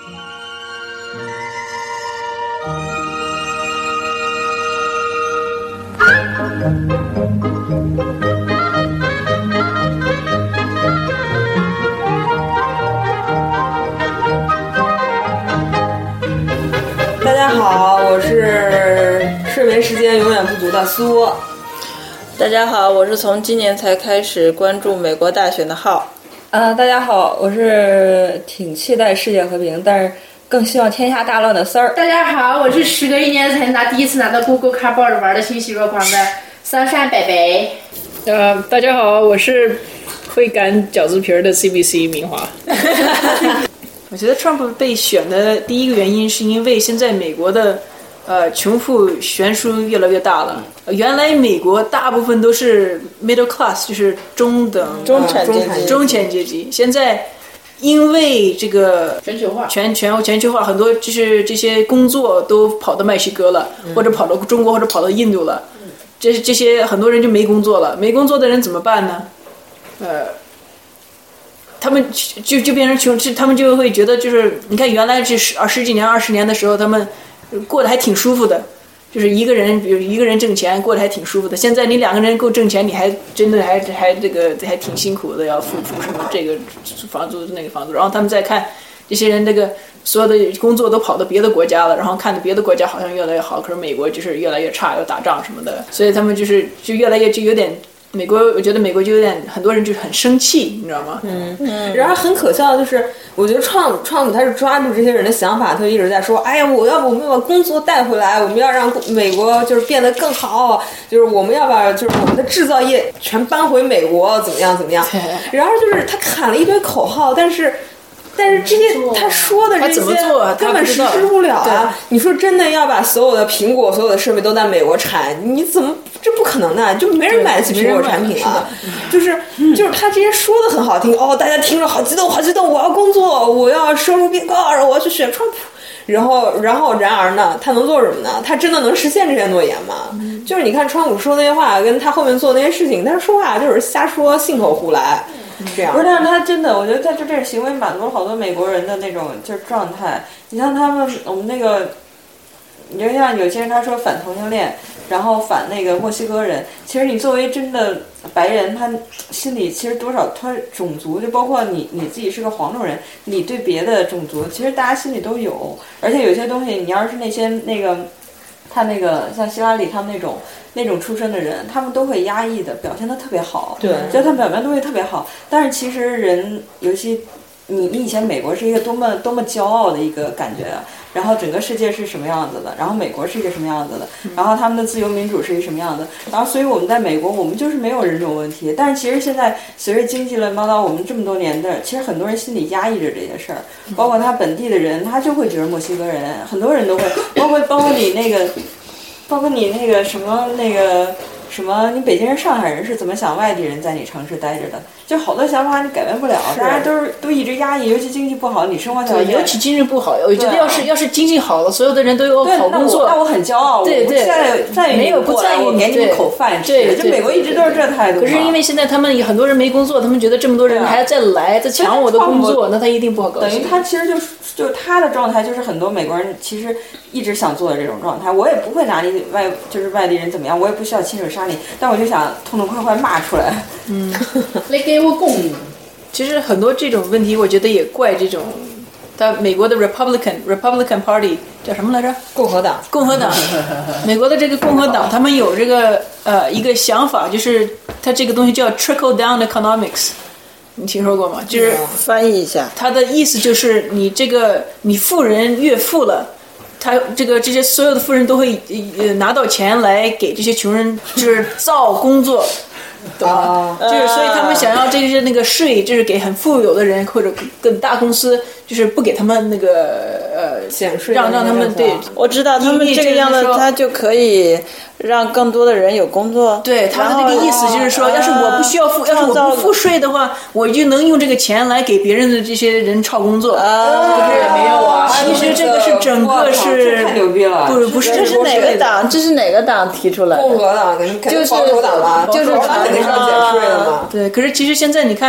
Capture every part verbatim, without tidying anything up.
大家好，我是睡眠时间永远不足的苏。 大家好，我是从今年才开始关注美国大选的浩。 呃，大家好，我是挺期待世界和平，但是更希望天下大乱的丝儿。 大家好，我是时隔一年才拿第一次拿到 Google Cardboard 玩的信息若狂的桑葚北北。 呃，大家好，我是会擀饺子皮儿的 C B C 明华。 我觉得 Trump 被选的第一个原因是因为现在美国的呃穷富悬殊越来越大了。原来美国大部分都是 middle class， 就是中等中产阶级中产阶级。现在因为这个全球化， 全全全球化，很多就是这些工作都跑到墨西哥了，嗯、或者跑到中国，或者跑到印度了。嗯、这这些很多人就没工作了，没工作的人怎么办呢？呃。他们就就变成穷，他们就会觉得就是你看原来这十十几年二十年的时候，他们过得还挺舒服的，就是一个人比如一个人挣钱过得还挺舒服的。现在你两个人够挣钱，你还真的还还这个还挺辛苦的，要付出什么这个房租那个房租。然后他们再看这些人这个所有的工作都跑到别的国家了，然后看着别的国家好像越来越好，可是美国就是越来越差，要打仗什么的，所以他们就是就越来越就有点。美国，我觉得美国就有点很多人就是很生气，你知道吗？ 嗯嗯。然后很可笑的就是，我觉得创创普他是抓住这些人的想法，他就一直在说：“哎呀，我要我们要把工作带回来，我们要让美国就是变得更好，就是我们要把就是我们的制造业全搬回美国，怎么样怎么样。”然后就是他喊了一堆口号，但是。但是这些他说的这些根本实施不了啊！你说真的要把所有的苹果所有的设备都在美国产，你怎么这不可能的？就没人买得起苹果产品了。就是就是他这些说的很好听哦，大家听着好激动，好激动！我要工作，我要收入变高，然后我要去选川普。然后然后然而呢，他能做什么呢？他真的能实现这些诺言吗？嗯、就是你看川普说那些话，跟他后面做那些事情，他说话就是瞎说，信口胡来。这样不是，但是他真的，我觉得他就这行为满足了好多美国人的那种就是状态。你像他们，我们那个，你就像有些人他说反同性恋，然后反那个墨西哥人，其实你作为真的白人，他心里其实多少他种族，就包括你你自己是个黄种人，你对别的种族，其实大家心里都有。而且有些东西，你要是那些那个，他那个像希拉里他们那种。那种出身的人，他们都会压抑的，表现得特别好。 对， 就他们表面都会特别好。但是其实人，尤其你你以前美国是一个多么多么骄傲的一个感觉啊，然后整个世界是什么样子的，然后美国是一个什么样子的，然后他们的自由民主是一个什么样子，然后所以我们在美国，我们就是没有人种问题。但是其实现在随着经济乱糟糟，我们这么多年的，其实很多人心里压抑着这些事儿，包括他本地的人，他就会觉得墨西哥人，很多人都会，包括包括你那个。包括你那个什么那个什么，你北京人、上海人是怎么想外地人在你城市待着的？就好多想法你改变不了，大家都是都一直压抑，尤其经济不好，你生活条件尤其经济不好，我觉得要是、啊、要是经济好了，所有的人都有好工作， 那我, 那我很骄傲， 对对， 我在在于没有不在于我给你们口饭吃， 对， 就美国一直都是这态度。 可是因为现在他们很多人没工作，他们觉得这么多人还再来再抢我的工作，那他一定不好高兴。 等于他其实就是就是他的状态，就是很多美国人其实一直想做的这种状态。我也不会拿你外就是外地人怎么样，我也不需要亲手杀你，但我就想痛痛快快骂出来。 嗯， 来给我供。 其实很多这种问题，我觉得也怪这种，他美国的 Republican Republican Party 叫什么来着？ 共和党。 共和党，美国的这个共和党，他们有这个呃一个想法，就是他这个东西叫 trickle down economics， 你听说过吗？就是翻译一下， 他的意思就是你这个你富人越富了。他这个这些所有的富人都会呃拿到钱来给这些穷人，就是造工作。懂吗？就是所以他们想要这些那个税，就是给很富有的人或者更大公司，就是不给他们那个呃减税， 让让他们对。 我知道他们这个样的，他就可以让更多的人有工作。 对，他的这个意思就是说，要是我不需要付，要是我不付税的话，我就能用这个钱来给别人的这些人炒工作。 啊， 不是没有啊。其实这个是整个是太牛逼了， 不不是这是哪个党？这是哪个党提出来的？ 共和党，肯定保守党吧？ 就是他肯定是要减税的嘛。 对，可是其实现在你看，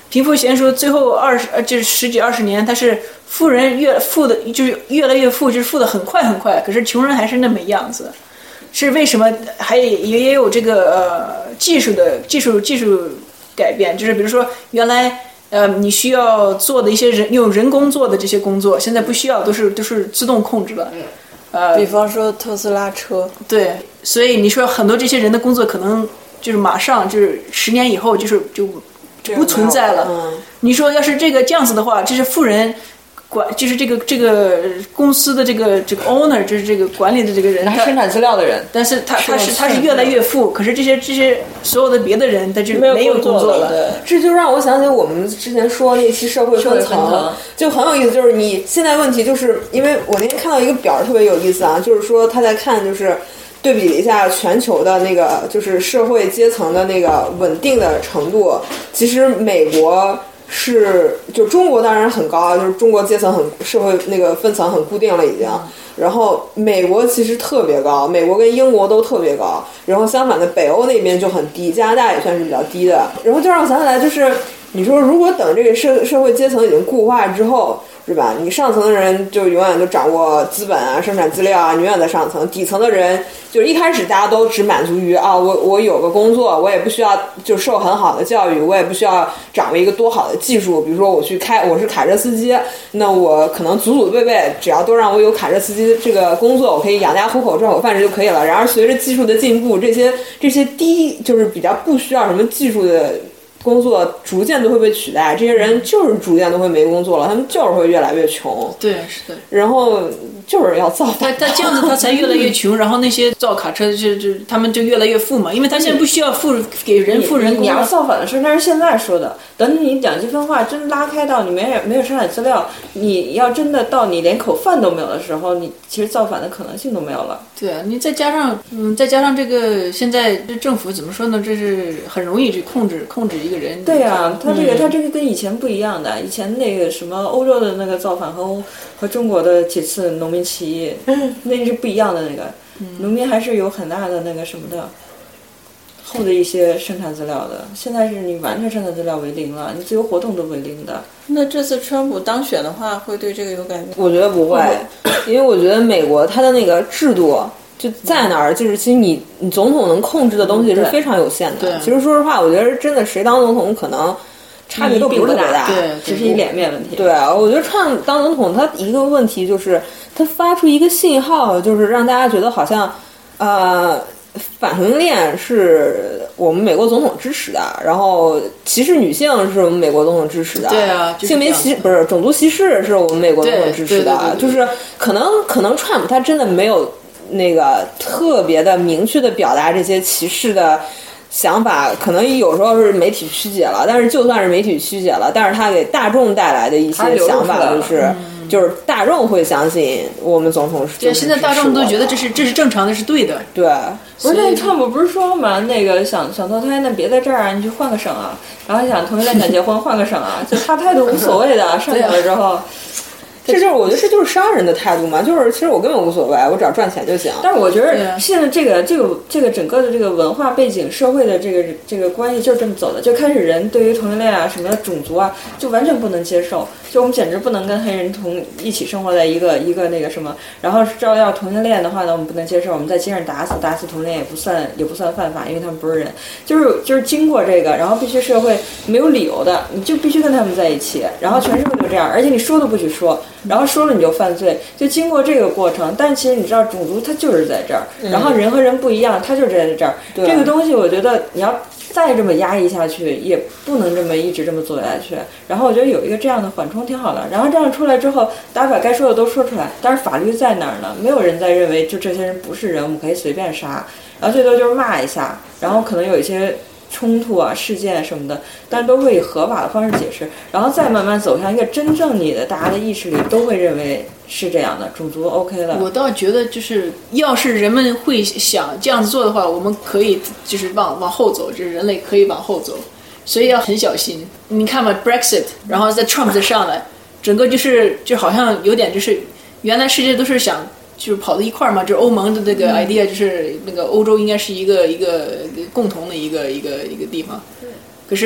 贫富悬殊最后二十呃就是十几二十年，他是富人越富的就是越来越富，就是富的很快很快，可是穷人还是那么样子。是为什么？还也也有这个呃技术的技术技术改变，就是比如说原来呃你需要做的一些人用人工做的这些工作，现在不需要，都是都是自动控制了。呃， 比方说特斯拉车， 对，所以你说很多这些人的工作可能就是马上就是十年以后就是就不存在了。 嗯， 你说要是这个这样子的话，这是富人。管就是这个这个公司的这个这个 owner， 就是这个管理的这个人， 拿生产资料的人， 但是他他是他是越来越富，可是这些这些所有的别的人他就没有工作了。 对，这就让我想起我们之前说那期社会分层，就很有意思。就是你现在问题就是因为我那天看到一个表特别有意思啊，就是说他在看就是对比了一下全球的那个就是社会阶层的那个稳定的程度，其实美国。是，就中国当然很高，就是中国阶层很社会那个分层很固定了已经。然后美国其实特别高，美国跟英国都特别高。然后相反的，北欧那边就很低，加拿大也算是比较低的。然后就让我想起来，就是你说如果等这个社社会阶层已经固化之后，是吧？你上层的人就永远都掌握资本啊、生产资料啊，永远在上层。底层的人就是一开始大家都只满足于啊，我我有个工作，我也不需要就受很好的教育，我也不需要掌握一个多好的技术。比如说我去开，我是卡车司机，那我可能祖祖辈辈只要都让我有卡车司机这个工作，我可以养家糊口、赚口饭吃就可以了。然而随着技术的进步，这些这些低就是比较不需要什么技术的工作逐渐都会被取代，这些人就是逐渐都会没工作了，他们就是会越来越穷。 对，是的。 然后就是要造他他这样子他才越来越穷，然后那些造卡车就就他们就越来越富嘛，因为他现在不需要付给人付人工。 你要造反的事那是现在说的，等你两极分化真拉开到你没有没有生产资料，你要真的到你连口饭都没有的时候，你其实造反的可能性都没有了。 对啊，你再加上嗯，再加上这个现在这政府怎么说呢？这是很容易去控制控制一个人。 对呀、啊，他这个、嗯、他这个跟以前不一样的，以前那个什么欧洲的那个造反和和中国的几次农民起义，嗯、那是不一样的那个，嗯、农民还是有很大的那个什么的。后的一些生产资料的，现在是你完全生产资料为零了，你自由活动都为零的。 那这次川普当选的话，会对这个有改变？ 我觉得不会，因为我觉得美国它的那个制度就在那儿，就是其实你你总统能控制的东西是非常有限的。 对， 其实说实话，我觉得真的谁当总统可能差别都不是特别大， 对， 只是一脸面问题。 对，我觉得川普当总统，他一个问题就是他发出一个信号，就是让大家觉得好像呃。反同性恋是我们美国总统支持的，然后歧视女性是我们美国总统支持的， 对啊，就是、 性别歧不是种族歧视是我们美国总统支持的， 对对对对对就是可能可能 Trump 他真的没有那个特别的明确的表达这些歧视的想法，可能有时候是媒体曲解了，但是就算是媒体曲解了，但是他给大众带来的一些想法就是。就是大众会相信我们总统是， 对，现在大众都觉得这是这是正常的，是对的。 对， 不是那川普不是说嘛，那个想想堕胎，那别在这儿啊，你去换个省啊。然后想同性恋想结婚，换个省啊，就他态度无所谓的，上去了之后。 这就是我觉得这就是商人的态度嘛，就是其实我根本无所谓，我只要赚钱就行。 但是我觉得现在这个这个这个整个的这个文化背景、社会的这个这个关系就是这么走的，就开始人对于同性恋啊、什么种族啊，就完全不能接受，就我们简直不能跟黑人同一起生活在一个一个那个什么，然后照要同性恋的话呢，我们不能接受，我们在街上打死打死同性恋也不算也不算犯法，因为他们不是人，就是就是经过这个，然后必须社会没有理由的，你就必须跟他们在一起，然后全社会都这样，而且你说都不许说。然后说了你就犯罪，就经过这个过程。但其实你知道，种族它就是在这儿，然后人和人不一样，它就是在这儿。 嗯、 这个东西，我觉得你要再这么压抑下去，也不能这么一直这么做下去。然后我觉得有一个这样的缓冲挺好的。然后这样出来之后，大家把该说的都说出来，但是法律在哪儿呢？没有人再认为就这些人不是人，我们可以随便杀，然后最多就是骂一下，然后可能有一些。冲突啊、事件什么的，但是都会以合法的方式解释，然后再慢慢走向一个真正你的大家的意识里都会认为是这样的，种族 OK 了。 我倒觉得，就是要是人们会想这样子做的话，我们可以就是往往后走，就是人类可以往后走，所以要很小心。你看嘛 ，Brexit， 然后在 Trump 再上来，整个就是就好像有点就是原来世界都是想。就是跑到一块儿嘛，就是欧盟的这个 idea， 就是那个欧洲应该是一个一个共同的一个一个一个地方。可是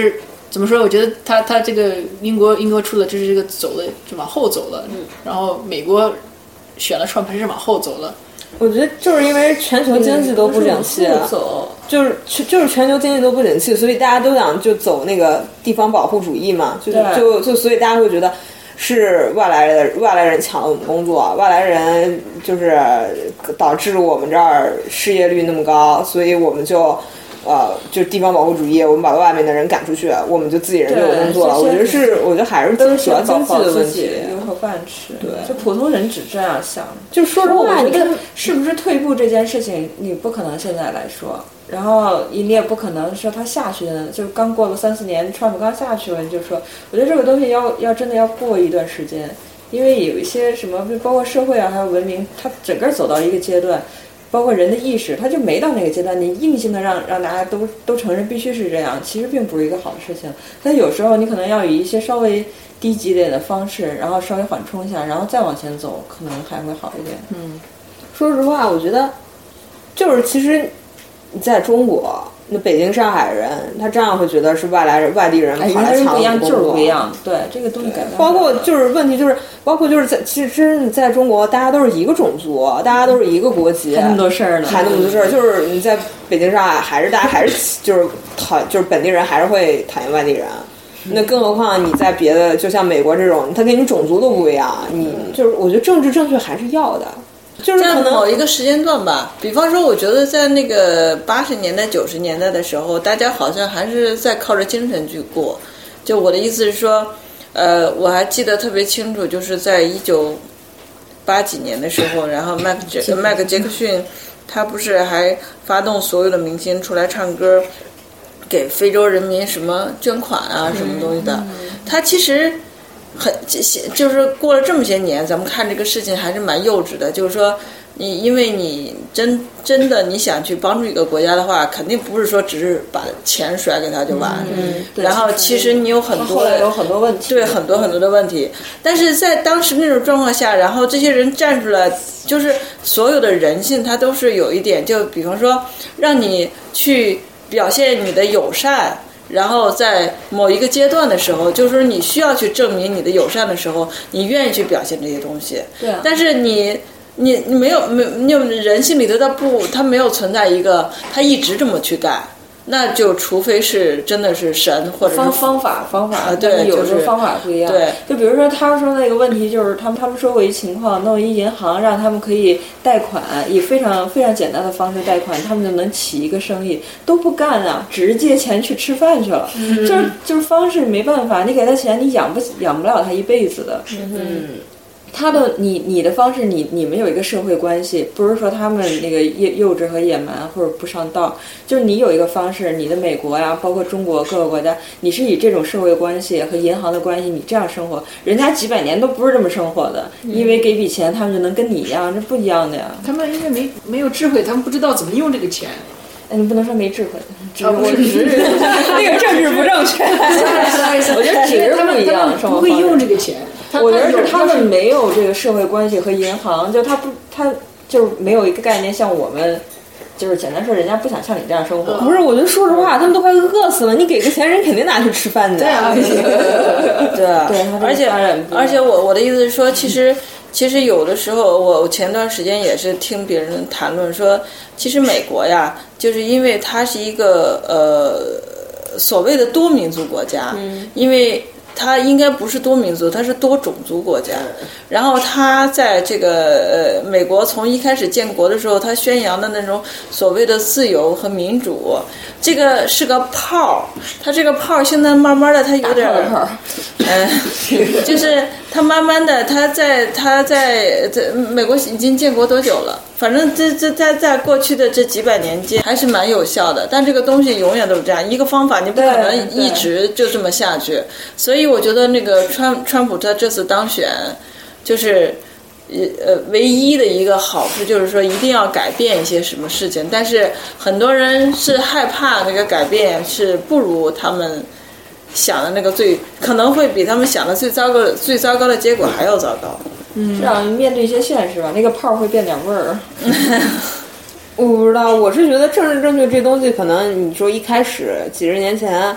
怎么说？我觉得他他这个英国英国出的就是这个走的就往后走了，嗯，然后美国选了川普是往后走了。 我觉得就是因为全球经济都不景气， 嗯、走就是就是全球经济都不景气，所以大家都想就走那个地方保护主义嘛，就就就所以大家会觉得是外来的外来人抢了我们工作，外来人就是导致我们这儿失业率那么高，所以我们就。呃，就是地方保护主义，我们把外面的人赶出去，我们就自己人就有工作了。我觉得是，我觉得还是主要经济的问题， 有口饭吃。 对， 就普通人只这样想。 就说实话， 你看是不是退步这件事情，你不可能现在来说，然后你也不可能说他下去的，就刚过了三四年，川普刚下去了，你就说，我觉得这个东西要要真的要过一段时间，因为有一些什么，包括社会啊，还有文明，它整个走到一个阶段。包括人的意识，他就没到那个阶段。你硬性的让让大家都都承认必须是这样，其实并不是一个好的事情。但有时候你可能要以一些稍微低级点的方式，然后稍微缓冲一下，然后再往前走，可能还会好一点。 嗯，说实话，我觉得就是其实你在中国，那北京、上海人，他照样会觉得是外来人、外地人跑来抢我们工作， 就是不一样。对，这个东西改变。 包括就是问题就是，包括就是在其实真的在中国，大家都是一个种族，大家都是一个国籍， 还那么多事儿呢， 还那么多事儿。就是你在北京、上海，还是大家还是就是讨，就是本地人还是会讨厌外地人。那更何况你在别的，就像美国这种，他跟你种族都不一样，你就是我觉得政治正确还是要的。就是可能某一个时间段吧，比方说，我觉得在那个八十年代、九十年代的时候，大家好像还是在靠着精神去过。就我的意思是说，呃，我还记得特别清楚，就是在一九八几年的时候，然后麦克杰麦克杰克逊，他不是还发动所有的明星出来唱歌，给非洲人民什么捐款啊，什么东西的。他其实。很就是过了这么些年，咱们看这个事情还是蛮幼稚的。就是说，你因为你真真的你想去帮助一个国家的话，肯定不是说只是把钱甩给他就完。 嗯， 然后其实你有很多有很多问题， 对很多很多的问题。但是在当时那种状况下，然后这些人站出来，就是所有的人性，他都是有一点，就比方说让你去表现你的友善。然后在某一个阶段的时候，就是说你需要去证明你的友善的时候，你愿意去表现这些东西。 对、啊。 但是你你你没有没你有人性里头，它不它没有存在一个他一直这么去干，那就除非是真的是神或者是方方法方法啊，对， 有时候方法不一样。 对， 就比如说他说那个问题，就是他们他们说过一情况，弄一银行让他们可以贷款，以非常非常简单的方式贷款，他们就能起一个生意，都不干啊，只是借钱去吃饭去了。嗯、就是就是方式没办法，你给他钱，你养不养不了他一辈子的。 嗯。 他的你你的方式，你你们有一个社会关系，不是说他们那个幼幼稚和野蛮或者不上道，就是你有一个方式，你的美国呀，包括中国各个国家，你是以这种社会关系和银行的关系，你这样生活，人家几百年都不是这么生活的， 嗯、 因为给笔钱，他们就能跟你一样，这不一样的呀。 他们因为没没有智慧，他们不知道怎么用这个钱。 哎，你不能说没智慧，只是我只是那个政治不正确。 我觉得只是不一样， 不会用这个钱。 我觉得是他们没有这个社会关系和银行，就他不，他就是没有一个概念，像我们，就是简单说，人家不想像你这样生活。 不是，我觉得说实话，他们都快饿死了，你给个钱，人肯定拿去吃饭的。 对啊，对啊， 对， 而且而且我我的意思是说，其实其实有的时候，我我前段时间也是听别人谈论说，其实美国呀，就是因为它是一个呃所谓的多民族国家，嗯、因为。它应该不是多民族，它是多种族国家。然后它在这个呃美国从一开始建国的时候，它宣扬的那种所谓的自由和民主，这个是个泡。它这个泡现在慢慢的，它有点泡， 嗯、呃，就是它慢慢的，它在它在在美国已经建国多久了？反正这这在在过去的这几百年间还是蛮有效的，但这个东西永远都是这样，一个方法你不可能一直就这么下去。所以我觉得那个川川普他这次当选，就是呃唯一的一个好处就是说一定要改变一些什么事情，但是很多人是害怕那个改变是不如他们想的那个最，可能会比他们想的最糟糕最糟糕的结果还要糟糕。 嗯，这样面对一些现实吧，那个泡会变点味儿。 我不知道，我是觉得政治正确这东西，可能你说一开始几十年前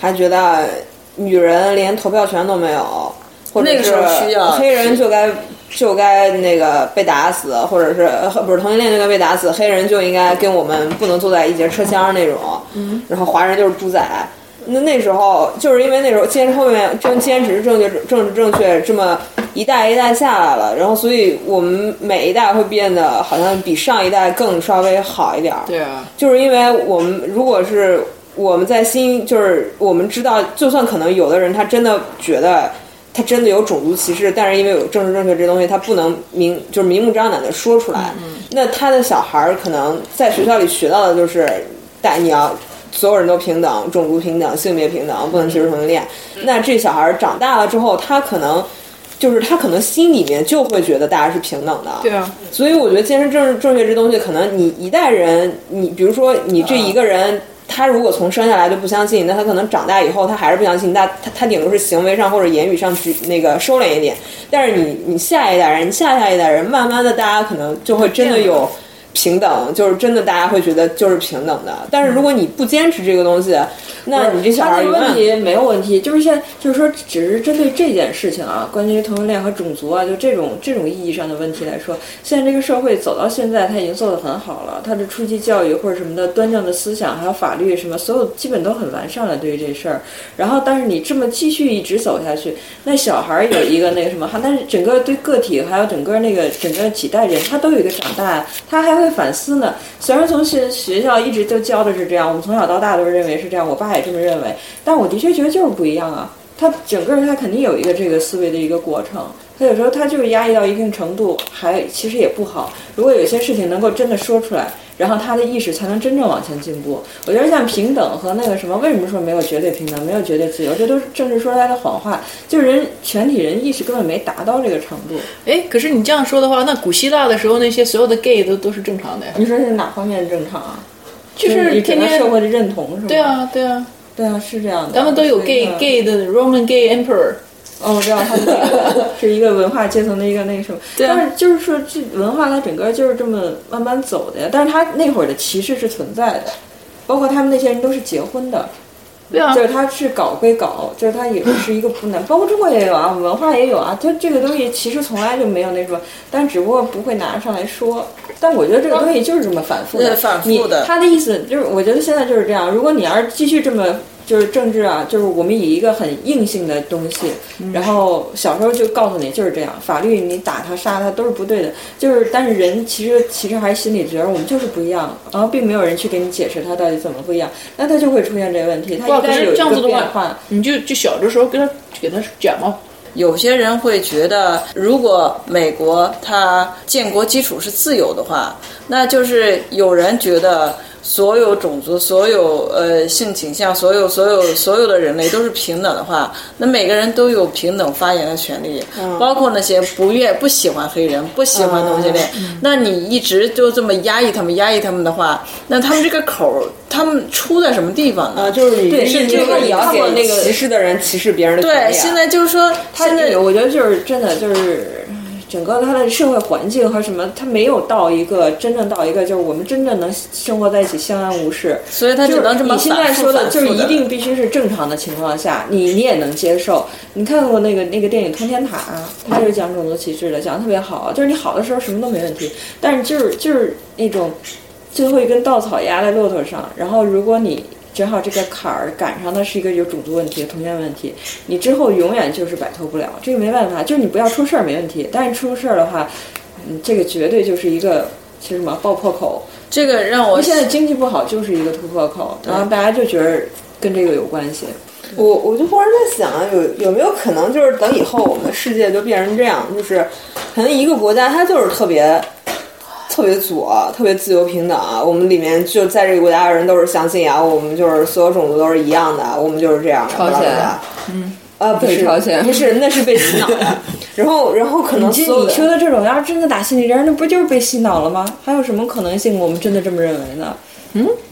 还觉得女人连投票权都没有，或者是那个时候需要黑人就该就该那个被打死，或者是不是同性恋就该被打死，黑人就应该跟我们不能坐在一节车厢那种，嗯，然后华人就是猪仔。那那时候就是因为那时候坚持后面正坚持正确政治正确这么一代一代下来了，然后所以我们每一代会变得好像比上一代更稍微好一点。 对啊， 就是因为我们如果是我们在心，就是我们知道，就算可能有的人他真的觉得他真的有种族歧视，但是因为有政治正确这东西，他不能明就是明目张胆的说出来。嗯、那他的小孩可能在学校里学到的就是带你要。所有人都平等，种族平等，性别平等，不能歧视同性恋。那这小孩长大了之后，他可能就是他可能心里面就会觉得大家是平等的。 对啊， 所以我觉得坚持政治正确这东西，可能你一代人，你比如说你这一个人，他如果从生下来就不相信，那他可能长大以后他还是不相信，那他他顶多是行为上或者言语上去那个收敛一点。但是你你下一代人，你下下一代人，慢慢的大家可能就会真的有。平等，就是真的大家会觉得就是平等的，但是如果你不坚持这个东西，那你这小孩永远问题没有问题，就是现在就是说只是针对这件事情啊，关于同性恋和种族啊，就这种这种意义上的问题来说，现在这个社会走到现在，它已经做得很好了，它的初级教育或者什么的端正的思想，还有法律什么，所有基本都很完善了对于这事儿。然后，但是你这么继续一直走下去，那小孩有一个那个什么，但是整个对个体还有整个那个整个几代人，他都有一个长大，他还会反思呢。虽然从学学校一直都教的是这样，我们从小到大都认为是这样，我爸也这么认为，但我的确觉得就是不一样啊。他整个他肯定有一个这个思维的一个过程，他有时候他就是压抑到一定程度，还其实也不好。如果有些事情能够真的说出来，然后他的意识才能真正往前进步。我觉得像平等和那个什么，为什么说没有绝对平等，没有绝对自由，这都是政治说出来的谎话，就是人全体人意识根本没达到这个程度。 哎，可是你这样说的话，那古希腊的时候那些所有的 gay 都都是正常的呀？ 你说是哪方面正常啊？ 就是整个社会的认同是吗？ 对啊，对啊， 对啊，是这样的。 他们都有 gay gay 的 Roman gay emperor。 哦，这样他们是一个文化阶层的一个那个什么， 对啊、 但是就是说这文化它整个就是这么慢慢走的呀。但是他那会儿的歧视是存在的，包括他们那些人都是结婚的， 对啊， 就是他是搞归搞，就是他也是一个不难，包括中国也有啊，文化也有啊，就这个东西其实从来就没有那什么，但只不过不会拿上来说。但我觉得这个东西就是这么反复的， 反复的。 他的意思就是，我觉得现在就是这样。如果你要是继续这么。就是政治啊，就是我们以一个很硬性的东西，然后小时候就告诉你就是这样，法律你打他杀他都是不对的，就是但是人其实其实还是心里觉得我们就是不一样，然后并没有人去给你解释他到底怎么不一样，那他就会出现这个问题，他一旦有一个变化， 你就就小的时候跟他给他讲嘛。 有些人会觉得，如果美国它建国基础是自由的话，那就是有人觉得所有种族、所有呃性倾向、所有所有所有的人类都是平等的话，那每个人都有平等发言的权利，嗯、包括那些不愿不喜欢黑人、不喜欢同性恋。嗯、那你一直就这么压抑他们、压抑他们的话，那他们这个口，他们出在什么地方呢？ 啊，就是你对，是这个你要给那个歧视的人歧视别人的权利、啊。 对，现在就是说， 现在我觉得就是真的就是。整个它的社会环境和什么，它没有到一个真正到一个就是我们真正能生活在一起相安无事， 所以它只能这么反复。你现在说的就是一定的必须是正常的情况下，你你也能接受。你看过那个那个电影《通天塔》，它就是讲种族歧视的，讲得特别好。就是你好的时候什么都没问题，但是就是就是那种最后一根稻草压在骆驼上，然后如果你。正好这个坎儿赶上的是一个有种族问题、同性问题，你之后永远就是摆脱不了，这个没办法，就是你不要出事儿没问题，但是出事儿的话，嗯，这个绝对就是一个是什么爆破口。 这个让我现在经济不好就是一个突破口，然后大家就觉得跟这个有关系。 我我就忽然在想，有有没有可能就是等以后我们的世界就变成这样，就是可能一个国家它就是特别。特别左，特别自由平等啊！我们里面就在这个国家的人都是相信啊，我们就是所有种族都是一样的，我们就是这样的。 朝鲜， 嗯，呃，不是朝鲜， 不是，那是被洗脑的。然后，然后可能你你说的这种，要是真的打心里人，那不就是被洗脑了吗？还有什么可能性？我们真的这么认为呢？ 嗯，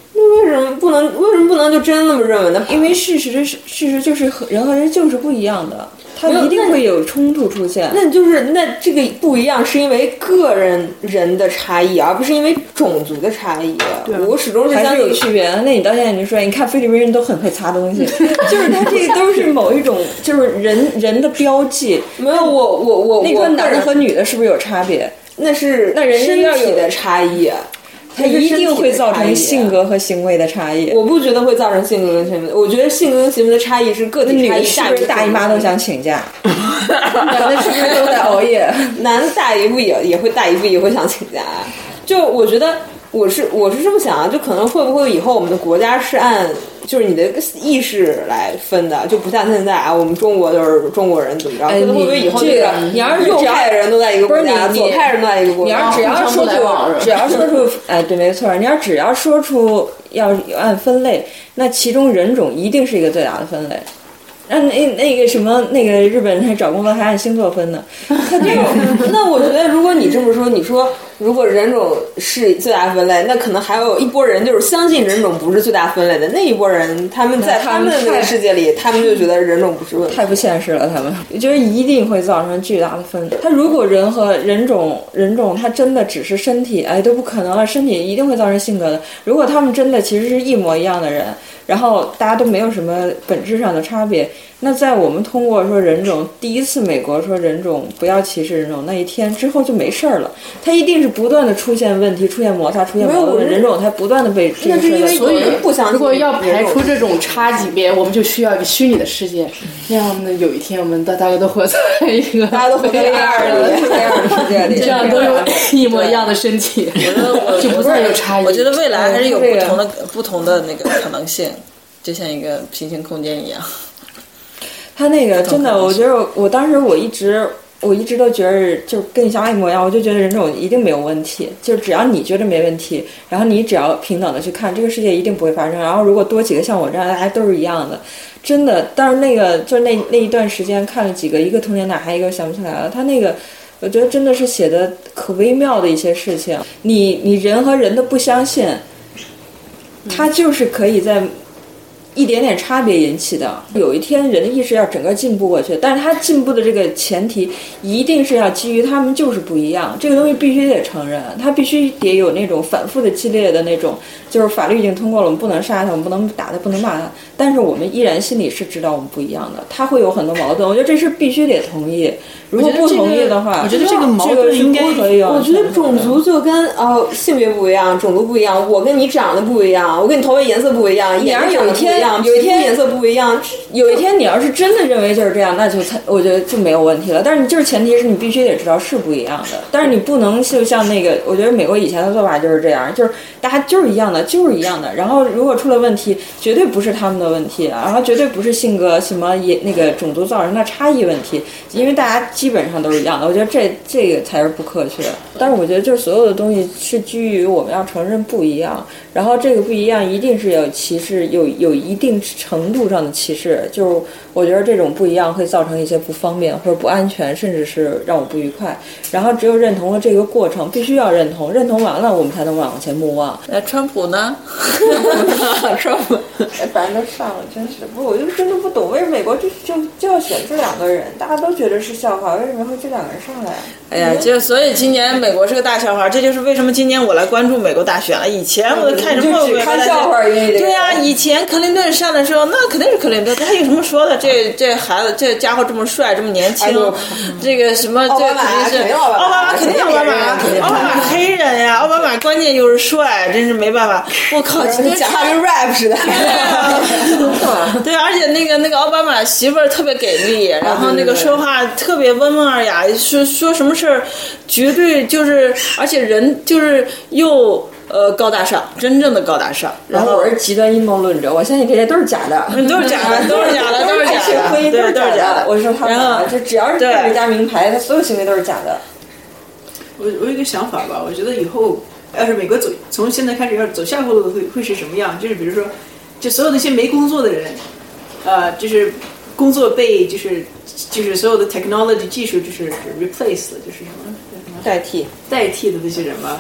那为什么不能？为什么不能就真那么认为呢？ 因为事实是事实就是和人和人就是不一样的，它一定会有冲突出现。 那就是那这个不一样，是因为个人人的差异，而不是因为种族的差异。我始终是还是相信有区别的。那你到现在你就说，你看菲律宾人都很会擦东西，就是他这个都是某一种就是人人的标记。 没有我我我那我个男的和女的是不是有差别？ 那是那人家身要有体的差异。 它一定会造成性格和行为的差异。 我不觉得会造成性格跟行为，我觉得性格跟行为的差异是个体差异。 是不是大姨妈都想请假？男的是不是都在熬夜？ 男的大姨夫也也会大姨夫也会想请假。就我觉得我是我是这么想啊，就可能会不会以后我们的国家是按就是你的意识来分的，就不像现在啊，我们中国就是中国人怎么着？会不会以后这个你要是右派的人都在一个国家，左派人都在一个国家？ 你要只要说出，只要说出，哎，对，没错。你要只要说出要按分类，那其中人种一定是一个最大的分类。那那那个什么，那个日本人还找工作还按星座分呢。他这种， 那我觉得如果你这么说，你说如果人种是最大分类，那可能还有一波人就是相信人种不是最大分类的那一波人，他们在他们的那个世界里，他们就觉得人种不是问题， 太不现实了。他们我觉得一定会造成巨大的分类。他如果人和人种人种，他真的只是身体，哎，都不可能了。身体一定会造成性格的。如果他们真的其实是一模一样的人，然后大家都没有什么本质上的差别。那在我们通过说人种第一次美国说人种不要歧视人种那一天之后就没事儿了，它一定是不断的出现问题、出现摩擦、出现矛盾，人种它不断的被这个事儿。 所以不相信。 如果要排除这种差级别，我们就需要一个虚拟的世界，那样呢，有一天我们大大家都活在一个大家都活在这样的这样的世界里， 这样都有一模一样的身体， 我觉得我就不再有差异。 我觉得未来还是有不同的不同的那个可能性，就像一个平行空间一样。他那个真的，我觉得我当时我一直我一直都觉得，就跟你想法一模一样，我就觉得人种一定没有问题，就只要你觉得没问题，然后你只要平等的去看，这个世界一定不会发生。然后如果多几个像我这样，大家都是一样的，真的。但是那个就那那一段时间看了几个，一个童年奶，还一个想不起来了。他那个我觉得真的是写的可微妙的一些事情，你你人和人的不相信，他就是可以在一点点差别引起的。有一天人的意识要整个进步过去，但是他进步的这个前提一定是要基于他们就是不一样，这个东西必须得承认，他必须得有那种反复的激烈的那种，就是法律已经通过了，我们不能杀他，我们不能打他，不能骂他，但是我们依然心里是知道我们不一样的，他会有很多矛盾，我觉得这是必须得同意。如果不同意的话， 我觉得这个矛盾应该， 我觉得种族就跟哦性别不一样，种族不一样，我跟你长得不一样，我跟你头发颜色不一样，眼睛有一天有一天颜色不一样， 有一天你要是真的认为就是这样，那就才我觉得就没有问题了。但是你就是前提是你必须得知道是不一样的，但是你不能就像那个，我觉得美国以前的做法就是这样，就是大家就是一样的，就是一样的。然后如果出了问题，绝对不是他们的问题，然后绝对不是性格什么也那个种族造成的差异问题，因为大家基本上都是一样的。我觉得这这个才是不科学的。但是我觉得就是所有的东西是基于我们要承认不一样，然后这个不一样一定是有歧视，有有一定程度上的歧视。就是我觉得这种不一样会造成一些不方便或者不安全，甚至是让我不愉快。然后只有认同了这个过程，必须要认同，认同完了我们才能往前目望。那川普呢？川普，反正都上了，真是不是，我就真的不懂为什么美国就就就要选这两个人，大家都觉得是笑话，为什么会这两个人上来？哎呀，就所以今年美国是个大笑话，这就是为什么今年我来关注美国大选了。以前我看什么只看笑话， 对呀、啊，以前克林顿上的时候，那肯定是克林顿，他有什么说的？这这孩子，这家伙这么帅，这么年轻，哎、这个什么，这肯定是奥巴马，肯定奥巴马，奥巴马黑人呀，奥巴马关键就是帅，真是没办法。我靠， 讲话跟 rap 似的。 对，而且那个那个奥巴马媳妇儿特别给力，然后那个说话特别温文尔雅，说说什么事儿绝对就是，而且人就是又。呃，高大上，真正的高大上。然后我是极端阴谋论者，我相信这些都是假的，都是假的，都是假的，都是假的，婚姻都是假的。我是说他们，就只要是带着加名牌，他所有行为都是假的。 我我有一个想法吧，我觉得以后要是美国走从现在开始要走下坡路会会是什么样？就是比如说，就所有那些没工作的人，呃，就是工作被就是就是所有的 technology 技术就是 replace 了，就是什么？ 代替代替的那些人吧，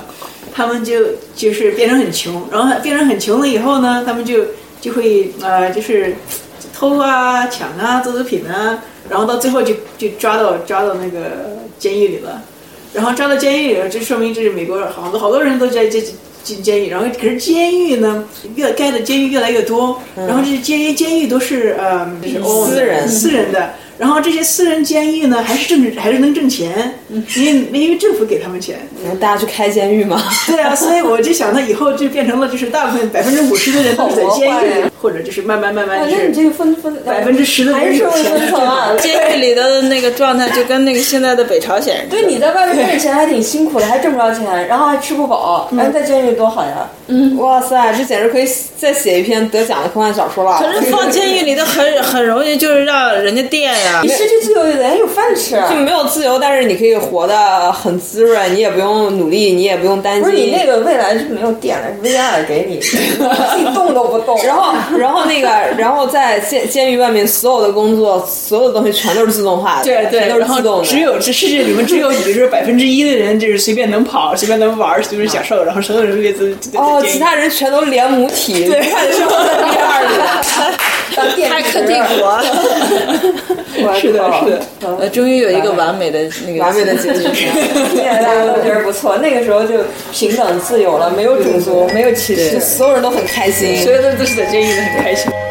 他们就就是变成很穷，然后变成很穷了以后呢，他们就就会呃就是偷啊抢啊偷毒品啊，然后到最后就就抓到抓到那个监狱里了，然后抓到监狱里了，这说明这是美国好多好多人都在这进监狱，然后可是监狱呢越盖的监狱越来越多，然后这些监监狱都是呃就是私人私人的。然后这些私人监狱呢，还是挣还是能挣钱，因为因为政府给他们钱。 大家去开监狱嘛。 对啊，所以我就想，他以后就变成了，就是大部分百分之五十的人都是在监狱，或者就是慢慢慢慢就是那你这个分分百分之十的人有钱。 分层啊。 监狱里的那个状态就跟那个现在的北朝鲜似的。 对，你在外面挣钱还挺辛苦的，还挣不着钱，然后还吃不饱，然后在监狱多好呀！ 嗯，哇塞，这简直可以再写一篇得奖的科幻小说了。 可是放监狱里头很很容易就是让人家电呀。 你失去自由，人有饭吃。 就没有自由，但是你可以活得很滋润，你也不用努力，你也不用担心。 不是你那个未来是没有电了，是 V R 给你，自己动都不动。 然后，然后那个，然后在监监狱外面所有的工作，所有的东西全都是自动化的， 对对， 全都是自动的。 只有这世界里面只有比如说百分之一的人就是随便能跑，随便能玩，随便享受，然后所有人别自哦，其他人全都连母体， 对， 看生活在 V R 里。 当电骇客帝国。 是的，是的。 呃，终于有一个完美的那个完美的结局， 现在大家都觉得不错。那个时候就平等自由了，没有种族，没有歧视， 所有人都很开心， 所有人都是在监狱里很开心。